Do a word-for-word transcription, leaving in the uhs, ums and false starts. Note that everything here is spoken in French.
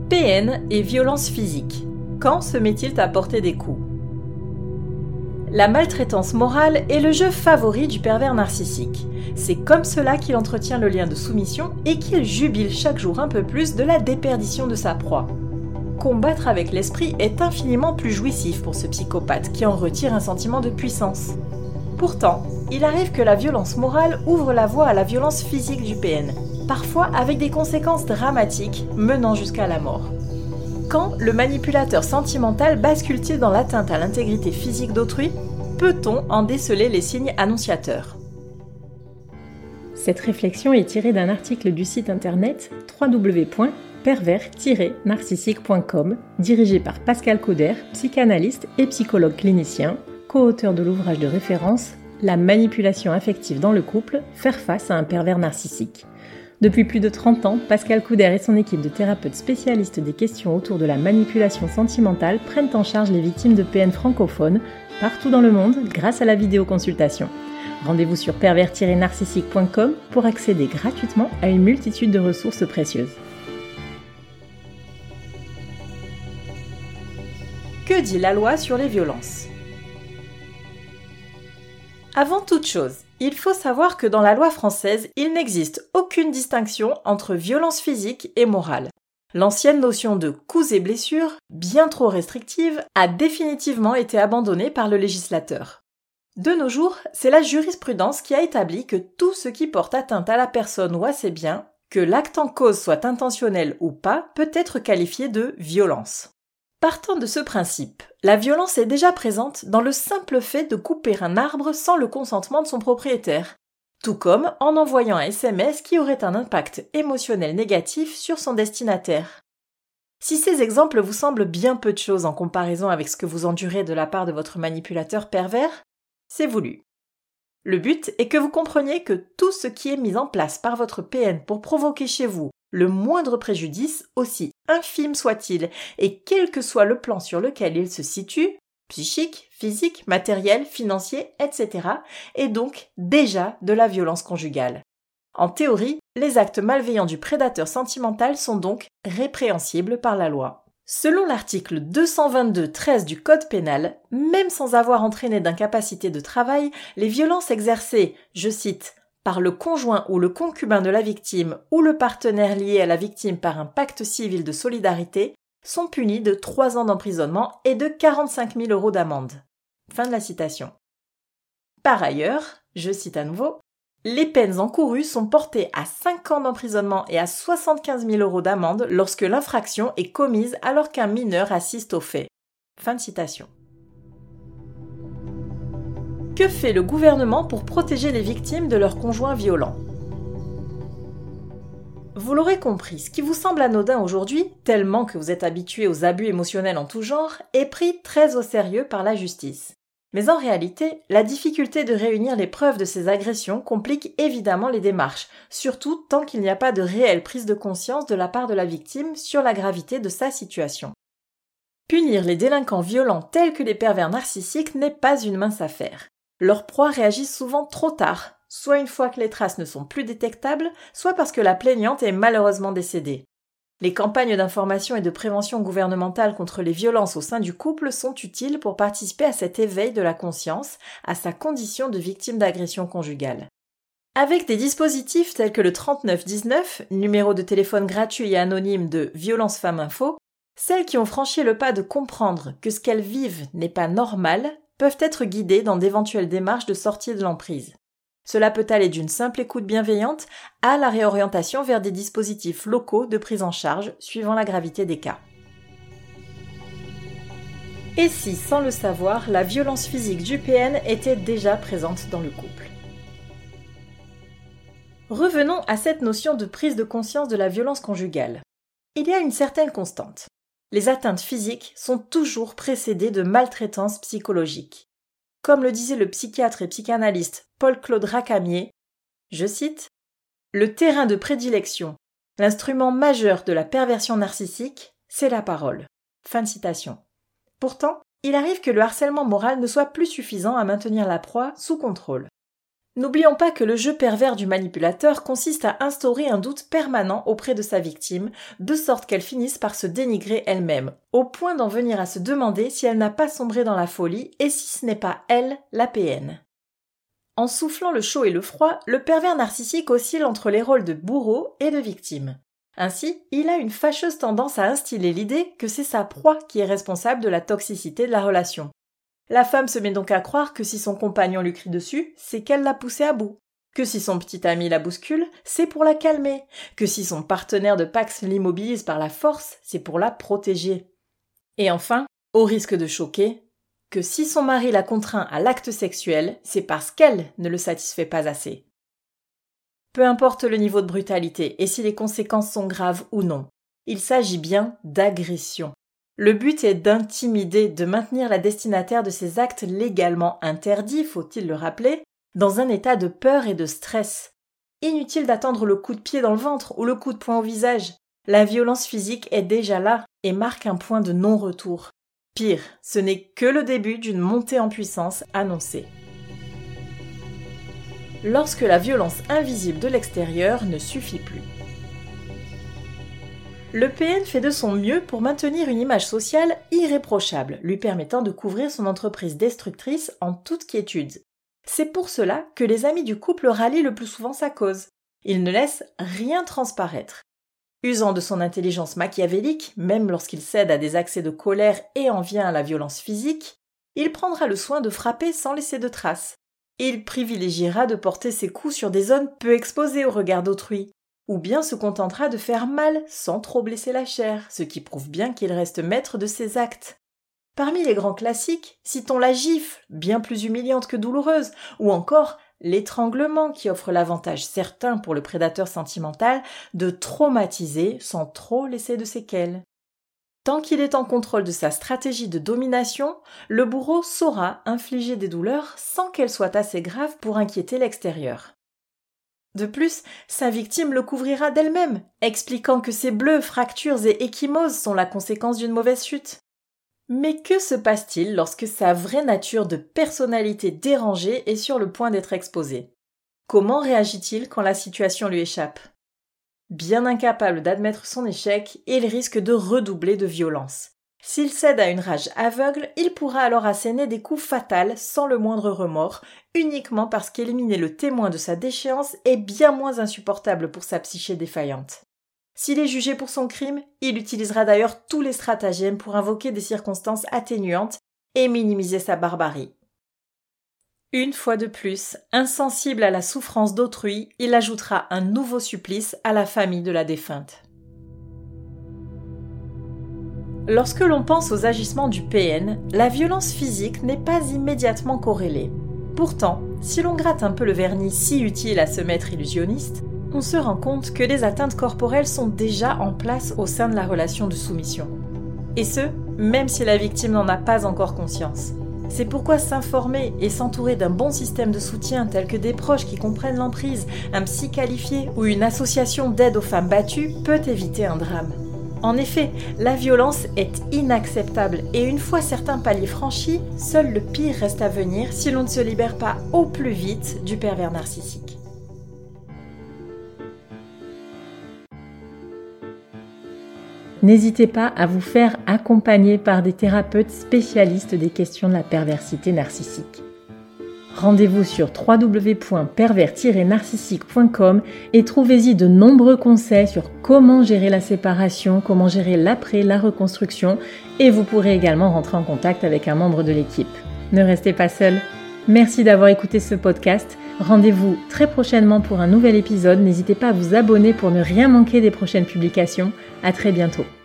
P N et violence physique. Quand se met-il à porter des coups ? La maltraitance morale est le jeu favori du pervers narcissique. C'est comme cela qu'il entretient le lien de soumission et qu'il jubile chaque jour un peu plus de la déperdition de sa proie. Combattre avec l'esprit est infiniment plus jouissif pour ce psychopathe qui en retire un sentiment de puissance. Pourtant, il arrive que la violence morale ouvre la voie à la violence physique du P N, parfois avec des conséquences dramatiques menant jusqu'à la mort. Quand le manipulateur sentimental bascule-t-il dans l'atteinte à l'intégrité physique d'autrui ? Peut-on en déceler les signes annonciateurs ? Cette réflexion est tirée d'un article du site internet w w w point pervers tiret narcissique point com, dirigé par Pascal Cauder, psychanalyste et psychologue clinicien, co-auteur de l'ouvrage de référence « La manipulation affective dans le couple, faire face à un pervers narcissique ». Depuis plus de trente ans, Pascal Cauder et son équipe de thérapeutes spécialistes des questions autour de la manipulation sentimentale prennent en charge les victimes de P N francophones partout dans le monde grâce à la vidéoconsultation. Rendez-vous sur pervers tiret narcissique point com pour accéder gratuitement à une multitude de ressources précieuses. Que dit la loi sur les violences ? Avant toute chose, il faut savoir que dans la loi française, il n'existe aucune distinction entre violence physique et morale. L'ancienne notion de coups et blessures, bien trop restrictive, a définitivement été abandonnée par le législateur. De nos jours, c'est la jurisprudence qui a établi que tout ce qui porte atteinte à la personne ou à ses biens, que l'acte en cause soit intentionnel ou pas, peut être qualifié de violence. Partant de ce principe, la violence est déjà présente dans le simple fait de couper un arbre sans le consentement de son propriétaire, tout comme en envoyant un S M S qui aurait un impact émotionnel négatif sur son destinataire. Si ces exemples vous semblent bien peu de choses en comparaison avec ce que vous endurez de la part de votre manipulateur pervers, c'est voulu. Le but est que vous compreniez que tout ce qui est mis en place par votre P N pour provoquer chez vous le moindre préjudice, aussi infime soit-il, et quel que soit le plan sur lequel il se situe, psychique, physique, matériel, financier, et cetera, est donc déjà de la violence conjugale. En théorie, les actes malveillants du prédateur sentimental sont donc répréhensibles par la loi. Selon l'article deux cent vingt-deux tiret treize du Code pénal, même sans avoir entraîné d'incapacité de travail, les violences exercées, je cite, par le conjoint ou le concubin de la victime ou le partenaire lié à la victime par un pacte civil de solidarité sont punis de trois ans d'emprisonnement et de quarante-cinq mille euros d'amende. Fin de la citation. Par ailleurs, je cite à nouveau, les peines encourues sont portées à cinq ans d'emprisonnement et à soixante-quinze mille euros d'amende lorsque l'infraction est commise alors qu'un mineur assiste au fait. Fin de citation. Que fait le gouvernement pour protéger les victimes de leurs conjoints violents ? Vous l'aurez compris, ce qui vous semble anodin aujourd'hui, tellement que vous êtes habitué aux abus émotionnels en tout genre, est pris très au sérieux par la justice. Mais en réalité, la difficulté de réunir les preuves de ces agressions complique évidemment les démarches, surtout tant qu'il n'y a pas de réelle prise de conscience de la part de la victime sur la gravité de sa situation. Punir les délinquants violents tels que les pervers narcissiques n'est pas une mince affaire. Leurs proies réagissent souvent trop tard, soit une fois que les traces ne sont plus détectables, soit parce que la plaignante est malheureusement décédée. Les campagnes d'information et de prévention gouvernementale contre les violences au sein du couple sont utiles pour participer à cet éveil de la conscience, à sa condition de victime d'agression conjugale. Avec des dispositifs tels que le trente-neuf dix-neuf, numéro de téléphone gratuit et anonyme de Violence Femmes Info, celles qui ont franchi le pas de comprendre que ce qu'elles vivent n'est pas normal peuvent être guidées dans d'éventuelles démarches de sortie de l'emprise. Cela peut aller d'une simple écoute bienveillante à la réorientation vers des dispositifs locaux de prise en charge suivant la gravité des cas. Et si, sans le savoir, la violence physique du P N était déjà présente dans le couple ? Revenons à cette notion de prise de conscience de la violence conjugale. Il y a une certaine constante. Les atteintes physiques sont toujours précédées de maltraitance psychologique. Comme le disait le psychiatre et psychanalyste Paul-Claude Racamier, je cite, « Le terrain de prédilection, l'instrument majeur de la perversion narcissique, c'est la parole. » Fin de citation. Pourtant, il arrive que le harcèlement moral ne soit plus suffisant à maintenir la proie sous contrôle. N'oublions pas que le jeu pervers du manipulateur consiste à instaurer un doute permanent auprès de sa victime, de sorte qu'elle finisse par se dénigrer elle-même, au point d'en venir à se demander si elle n'a pas sombré dans la folie et si ce n'est pas elle, la P N. En soufflant le chaud et le froid, le pervers narcissique oscille entre les rôles de bourreau et de victime. Ainsi, il a une fâcheuse tendance à instiller l'idée que c'est sa proie qui est responsable de la toxicité de la relation. La femme se met donc à croire que si son compagnon lui crie dessus, c'est qu'elle l'a poussé à bout. Que si son petit ami la bouscule, c'est pour la calmer. Que si son partenaire de Pax l'immobilise par la force, c'est pour la protéger. Et enfin, au risque de choquer, que si son mari la contraint à l'acte sexuel, c'est parce qu'elle ne le satisfait pas assez. Peu importe le niveau de brutalité et si les conséquences sont graves ou non, il s'agit bien d'agression. Le but est d'intimider, de maintenir la destinataire de ces actes légalement interdits, faut-il le rappeler, dans un état de peur et de stress. Inutile d'attendre le coup de pied dans le ventre ou le coup de poing au visage. La violence physique est déjà là et marque un point de non-retour. Pire, ce n'est que le début d'une montée en puissance annoncée. Lorsque la violence invisible de l'extérieur ne suffit plus. Le P N fait de son mieux pour maintenir une image sociale irréprochable, lui permettant de couvrir son entreprise destructrice en toute quiétude. C'est pour cela que les amis du couple rallient le plus souvent sa cause. Il ne laisse rien transparaître. Usant de son intelligence machiavélique, même lorsqu'il cède à des accès de colère et en vient à la violence physique, il prendra le soin de frapper sans laisser de traces. Il privilégiera de porter ses coups sur des zones peu exposées au regard d'autrui, ou bien se contentera de faire mal sans trop blesser la chair, ce qui prouve bien qu'il reste maître de ses actes. Parmi les grands classiques, citons la gifle, bien plus humiliante que douloureuse, ou encore l'étranglement qui offre l'avantage certain pour le prédateur sentimental de traumatiser sans trop laisser de séquelles. Tant qu'il est en contrôle de sa stratégie de domination, le bourreau saura infliger des douleurs sans qu'elles soient assez graves pour inquiéter l'extérieur. De plus, sa victime le couvrira d'elle-même, expliquant que ses bleus, fractures et ecchymoses sont la conséquence d'une mauvaise chute. Mais que se passe-t-il lorsque sa vraie nature de personnalité dérangée est sur le point d'être exposée? Comment réagit-il quand la situation lui échappe? Bien incapable d'admettre son échec, il risque de redoubler de violence. S'il cède à une rage aveugle, il pourra alors asséner des coups fatals sans le moindre remords, uniquement parce qu'éliminer le témoin de sa déchéance est bien moins insupportable pour sa psyché défaillante. S'il est jugé pour son crime, il utilisera d'ailleurs tous les stratagèmes pour invoquer des circonstances atténuantes et minimiser sa barbarie. Une fois de plus, insensible à la souffrance d'autrui, il ajoutera un nouveau supplice à la famille de la défunte. Lorsque l'on pense aux agissements du P N, la violence physique n'est pas immédiatement corrélée. Pourtant, si l'on gratte un peu le vernis si utile à ce maître illusionniste, on se rend compte que les atteintes corporelles sont déjà en place au sein de la relation de soumission. Et ce, même si la victime n'en a pas encore conscience. C'est pourquoi s'informer et s'entourer d'un bon système de soutien tel que des proches qui comprennent l'emprise, un psy qualifié ou une association d'aide aux femmes battues peut éviter un drame. En effet, la violence est inacceptable et une fois certains paliers franchis, seul le pire reste à venir si l'on ne se libère pas au plus vite du pervers narcissique. N'hésitez pas à vous faire accompagner par des thérapeutes spécialistes des questions de la perversité narcissique. Rendez-vous sur w w w point pervers tiret narcissique point com et trouvez-y de nombreux conseils sur comment gérer la séparation, comment gérer l'après, la reconstruction, et vous pourrez également rentrer en contact avec un membre de l'équipe. Ne restez pas seul. Merci d'avoir écouté ce podcast. Rendez-vous très prochainement pour un nouvel épisode. N'hésitez pas à vous abonner pour ne rien manquer des prochaines publications. À très bientôt.